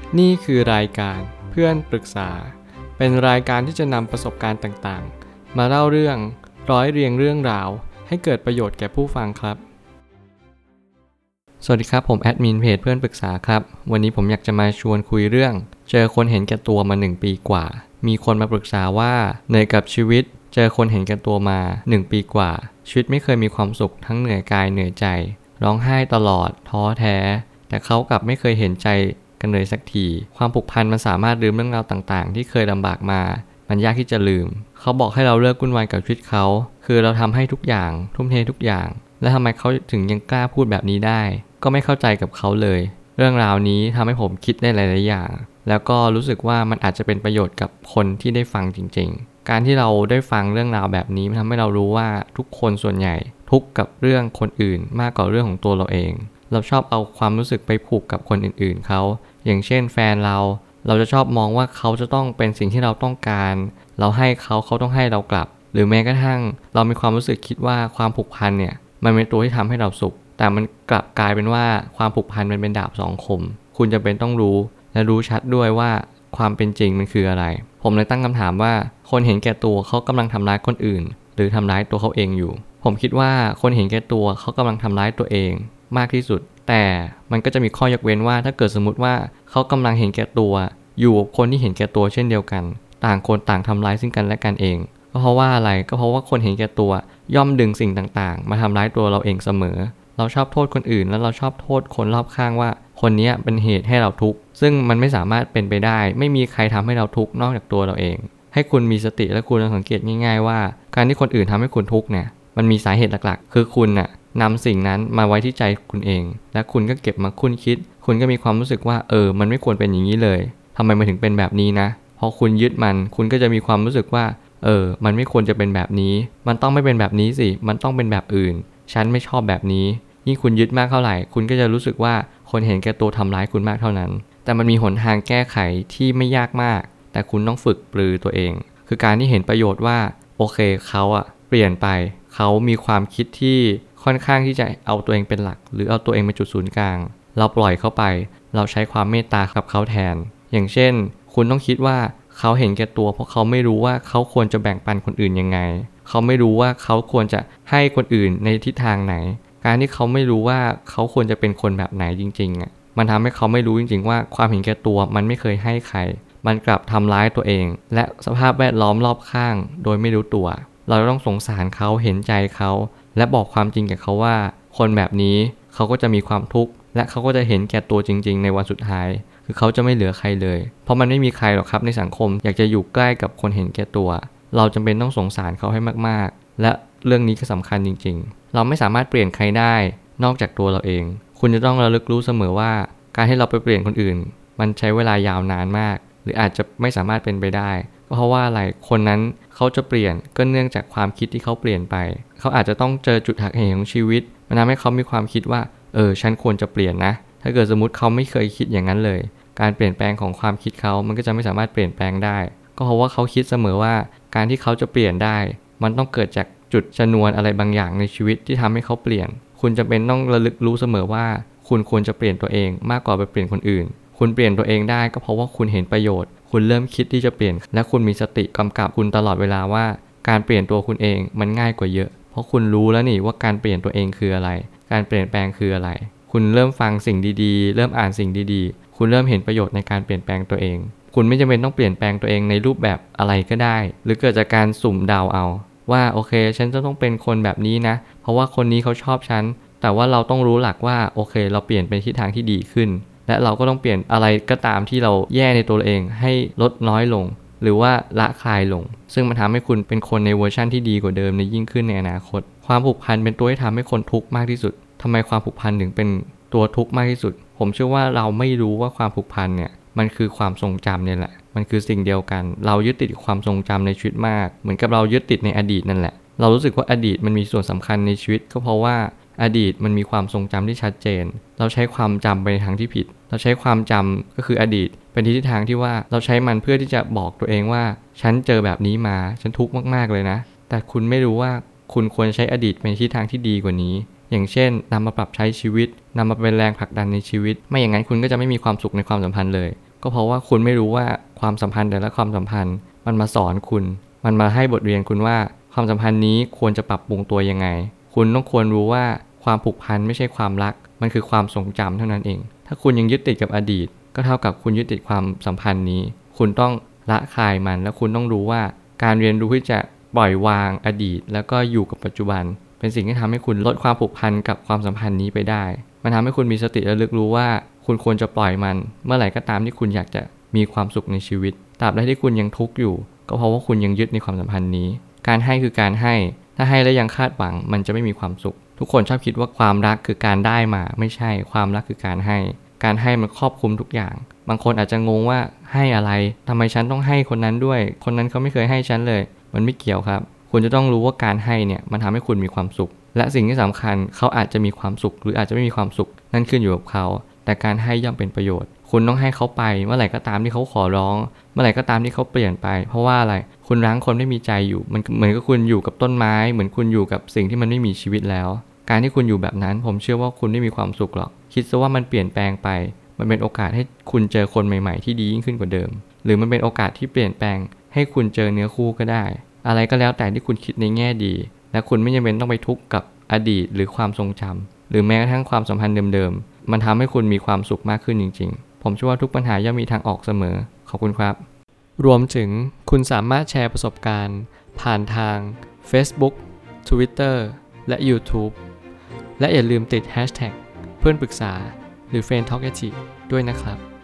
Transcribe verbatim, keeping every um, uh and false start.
นี่คือรายการเพื่อนปรึกษาเป็นรายการที่จะนำประสบการณ์ต่างๆมาเล่าเรื่องร้อยเรียงเรื่องราวให้เกิดประโยชน์แก่ผู้ฟังครับสวัสดีครับผมแอดมินเพจเพื่อนปรึกษาครับวันนี้ผมอยากจะมาชวนคุยเรื่องเจอคนเห็นแก่ตัวมาหนึ่งปีกว่ามีคนมาปรึกษาว่าเหนื่อยกับชีวิตเจอคนเห็นแก่ตัวมาหนึ่งปีกว่าชีวิตไม่เคยมีความสุขทั้งเหนื่อยกายเหนื่อยใจร้องไห้ตลอดท้อแท้แต่เขากลับไม่เคยเห็นใจกันเลยสักทีความผูกพันมันสามารถลืมเรื่องราวต่างๆที่เคยลำบากมามันยากที่จะลืมเขาบอกให้เราเลิกวุ่นวายกับชีวิตเขาคือเราทำให้ทุกอย่างทุ่มเททุกอย่างและทำไมเขาถึงยังกล้าพูดแบบนี้ได้ก็ไม่เข้าใจกับเขาเลยเรื่องราวนี้ทำให้ผมคิดได้หลายๆอย่างแล้วก็รู้สึกว่ามันอาจจะเป็นประโยชน์กับคนที่ได้ฟังจริงๆการที่เราได้ฟังเรื่องราวแบบนี้มันทำให้เรารู้ว่าทุกคนส่วนใหญ่ทุกข์กับเรื่องคนอื่นมากกว่าเรื่องของตัวเราเองเราชอบเอาความรู้สึกไปผูกกับคนอื่นๆเขาอย่างเช่นแฟนเราเราจะชอบมองว่าเขาจะต้องเป็นสิ่งที่เราต้องการเราให้เขาเขาต้องให้เรากลับหรือแม้กระทั่งเรามีความรู้สึกคิดว่าความผูกพันเนี่ยมันเป็นตัวที่ทำให้เราสุขแต่มันกลับกลายเป็นว่าความผูกพันมันเป็นดาบสองคมคุณจำเป็นต้องรู้และรู้ชัดด้วยว่าความเป็นจริงมันคืออะไรผมเลยตั้งคำถามว่าคนเห็นแก่ตัวเขากำลังทำร้ายคนอื่นหรือทำร้ายตัวเขาเองอยู่ผมคิดว่าคนเห็นแก่ตัวเขากำลังทำร้ายตัวเองมากที่สุดแต่มันก็จะมีข้อยกเว้นว่าถ้าเกิดสมมุติว่าเขากำลังเห็นแก่ตัวอยู่กับคนที่เห็นแก่ตัวเช่นเดียวกันต่างคนต่างทำร้ายซึ่งกันและกันเองก็เพราะว่าอะไรก็เพราะว่าคนเห็นแก่ตัวย่อมดึงสิ่งต่างๆมาทำร้ายตัวเราเองเสมอเราชอบโทษคนอื่นแล้วเราชอบโทษคนรอบข้างว่าคนนี้เป็นเหตุให้เราทุกข์ซึ่งมันไม่สามารถเป็นไปได้ไม่มีใครทำให้เราทุกข์นอกจากตัวเราเองให้คุณมีสติและคุณสังเกตง่ายๆว่าการที่คนอื่นทำให้คุณทุกข์เนี่ยมันมีสาเหตุหลักๆคือคุณน่ะนำสิ่งนั้นมาไว้ที่ใจคุณเองและคุณก็เก็บมาคุ้นคิดคุณก็มีความรู้สึกว่าเออมันไม่ควรเป็นอย่างนี้เลยทำไมมันถึงเป็นแบบนี้นะพอคุณยึดมันคุณก็จะมีความรู้สึกว่าเออมันไม่ควรจะเป็นแบบนี้มันต้องไม่เป็นแบบนี้สิมันต้องเป็นแบบอื่นฉันไม่ชอบแบบนี้ยิ่งคุณยึดมากเท่าไหร่คุณก็จะรู้สึกว่าคนเห็นแก่ตัวทำร้ายคุณมากเท่านั้นแต่มันมีหนทางแก้ไขที่ไม่ยากมากแต่คุณต้องฝึกปรือตัวเองคือการที่เห็นประโยชน์ว่าโอเคเขาอะเปลี่ยนไปเขามีความคิดที่ค่อนข้างที่จะเอาตัวเองเป็นหลักหรือเอาตัวเองเป็นจุดศูนย์กลางเราปล่อยเขาไปเราใช้ความเมตตากับเขาแทนอย่างเช่นคุณต้องคิดว่าเขาเห็นแก่ตัวเพราะเขาไม่รู้ว่าเขาควรจะแบ่งปันคนอื่นยังไงเขาไม่รู้ว่าเขาควรจะให้คนอื่นในทิศทางไหนการที่เขาไม่รู้ว่าเขาควรจะเป็นคนแบบไหนจริงๆอ่ะมันทำให้เขาไม่รู้จริงๆว่าความเห็นแก่ตัวมันไม่เคยให้ใครมันกลับทำร้ายตัวเองและสภาพแวดล้อมรอบข้างโดยไม่รู้ตัวเราต้องสงสารเขาเห็นใจเขาและบอกความจริงกับเขาว่าคนแบบนี้เขาก็จะมีความทุกข์และเขาก็จะเห็นแก่ตัวจริงๆในวันสุดท้ายคือเขาจะไม่เหลือใครเลยเพราะมันไม่มีใครหรอกครับในสังคมอยากจะอยู่ใกล้กับคนเห็นแก่ตัวเราจำเป็นต้องสงสารเขาให้มากๆและเรื่องนี้ก็สำคัญจริงๆเราไม่สามารถเปลี่ยนใครได้นอกจากตัวเราเองคุณจะต้องระลึกรู้เสมอว่าการให้เราไปเปลี่ยนคนอื่นมันใช้เวลายาวนานมากหรืออาจจะไม่สามารถเป็นไปได้ก็เพราะว่าอะไรคนนั้นเขาจะเปลี่ยนก็เนื่องจากความคิดที่เขาเปลี่ยนไปเขาอาจจะต้องเจอจุดหักเหของชีวิตมันทำให้เขามีความคิดว่าเออฉันควรจะเปลี่ยนนะถ้าเกิดสมมติเขาไม่เคยคิดอย่างนั้นเลยการเปลี่ยนแปลงของความคิดเขามันก็จะไม่สามารถเปลี่ยนแปลงได้ก็เพราะว่าเขาคิดเสมอว่าการที่เขาจะเปลี่ยนได้มันต้องเกิดจากจุดชนวนอะไรบางอย่างในชีวิตที่ทำให้เขาเปลี่ยนคุณจำเป็นต้องระลึกรู้เสมอว่าคุณควรจะเปลี่ยนตัวเองมากกว่าไปเปลี่ยนคนอื่นคุณเปลี่ยนตัวเองได้ก็เพราะว่าคุณเห็นประโยชน์คุณเริ่มคิดที่จะเปลี่ยนและคุณมีสติกำกับคุณตลอดเวลาว่าการเปลี่ยนตัวคุณเองมันง่ายกว่าเยอะเพราะคุณรู้แล้วนี่ว่าการเปลี่ยนตัวเองคืออะไรการเปลี่ยนแปลงคืออะไรคุณเริ่มฟังสิ่งดีๆเริ่มอ่านสิ่งดีๆคุณเริ่มเห็นประโยชน์ในการเปลี่ยนแปลงตัวเองคุณไม่จำเป็นต้องเปลี่ยนแปลงตัวเองในรูปแบบอะไรก็ได้หรือเกิดจากการสุ่มเดาเอาว่าโอเคฉันจะต้องเป็นคนแบบนี้นะเพราะว่าคนนี้เขาชอบฉันแต่ว่าเราต้องรู้หลักว่าโอเคเราเปลี่ยนเป็นทิศทางที่ดีขึ้นและเราก็ต้องเปลี่ยนอะไรก็ตามที่เราแย่ในตัวเองให้ลดน้อยลงหรือว่าละคายลงซึ่งมันทำให้คุณเป็นคนในเวอร์ชั่นที่ดีกว่าเดิมในยิ่งขึ้นในอนาคตความผูกพันเป็นตัวที่ทำให้คนทุกข์มากที่สุดทำไมความผูกพันถึงเป็นตัวทุกข์มากที่สุดผมเชื่อว่าเราไม่รู้ว่าความผูกพันเนี่ยมันคือความทรงจำเนี่ยแหละมันคือสิ่งเดียวกันเรายึดติดความทรงจำในชีวิตมากเหมือนกับเรายึดติดในอดีตนั่นแหละเรารู้สึกว่าอดีตมันมีส่วนสำคัญในชีวิตก็เพราะว่าอดีตมันมีความทรงจำที่ชัดเจนเราใช้ความจำไปในทางที่ผิดเราใช้ความจำก็คืออดีตเป็นทิศทางที่ว่าเราใช้มันเพื่อที่จะบอกตัวเองว่าฉันเจอแบบนี้มาฉันทุกข์มากๆเลยนะแต่คุณไม่รู้ว่าคุณควรใช้อดีตเป็นทิศทางที่ดีกว่านี้อย่างเช่นนำมาปรับใช้ชีวิตนำมาเป็นแรงผลักดันในชีวิตไม่อย่างนั้นคุณก็จะไม่มีความสุขในความสัมพันธ์เลยก็เพราะว่าคุณไม่รู้ว่าความสัมพันธ์แต่ละความสัมพันธ์มันมาสอนคุณมันมาให้บทเรียนคุณว่าความสัมพันธ์นี้ควรจะปรับปรุงตัวยังไงคุณต้องควรรู้ว่าความผูกพันไม่ใช่ความรักมันคือความทรงจำเท่านั้นเองถ้าคุณยังยึดติดกับอดีตก็เท่ากับคุณยึดติดความสัมพันธ์นี้คุณต้องละคายมันแล้วคุณต้องรู้ว่าการเรียนรู้ที่จะปล่อยวางอดีตแล้วก็อยู่กับปัจจุบันเป็นสิ่งที่ทำให้คุณลดความผูกพันกับความสัมพันธ์นี้ไปได้มันทำให้คุณมีสติระลึกรู้ว่าคุณควรจะปล่อยมันเมื่อไหร่ก็ตามที่คุณอยากจะมีความสุขในชีวิตตราบใดที่คุณยังทุกข์อยู่ก็เพราะว่าคุณยังยึดในความสัมพันธ์นี้การให้คือการให้ถ้าให้แล้วยังคาดหวังมันจะไม่มีความสุขทุกคนชอบคิดว่าความรักคือการได้มาไม่ใช่ความรักคือการให้การให้มันครอบคลุมทุกอย่างบางคนอาจจะงงว่าให้อะไรทำไมฉันต้องให้คนนั้นด้วยคนนั้นเขาไม่เคยให้ฉันเลยมันไม่เกี่ยวครับคุณจะต้องรู้ว่าการให้เนี่ยมันทำให้คุณมีความสุขและสิ่งที่สำคัญเขาอาจจะมีความสุขหรืออาจจะไม่มีความสุขนั่นขึ้นอยู่กับเขาแต่การให้ย่อมเป็นประโยชน์คุณต้องให้เขาไปเมื่อไหร่ก็ตามที่เขาขอร้องเมื่อไหร่ก็ตามที่เขาเปลี่ยนไปเพราะว่าอะไรคุณรั้งคนไม่มีใจอยู่มันเหมือนกับคุณอยู่กับต้นไม้เหมือนคุณอยู่กับสิ่งที่มันไม่มีชีวิตแล้วการที่คุณอยู่แบบนั้นผมเชื่อว่าคุณไม่มีความสุขหรอกคิดซะว่ามันเปลี่ยนแปลงไปมันเป็นโอกาสให้คุณเจอคนใหม่ๆที่ดียิ่งขึ้นกว่าเดิมหรือมันเป็นโอกาสที่เปลี่ยนแปลงให้คุณเจอเนื้อคู่ก็ได้อะไรก็แล้วแต่ที่คุณคิดในแง่ดีและคุณไม่จำเป็นต้องไปทุกข์กับอดีตหรือความทรงจำหรือแม้กระทั่งความสัมพันธ์เดิมๆมันทำให้คุณมีความสุขมากขึ้นจริงๆผมเชื่อว่าทุกปัญหาย่อมมีทางออกเสมอขอบคุณครับรวมถึงคุณสามารถแชร์ประสบการณ์ผ่านทาง Facebook Twitter และ YouTube และอย่าลืมติด แฮชแท็ก เพื่อนปรึกษาหรือ เฟรนด์ ทอล์ก ด้วยนะครับ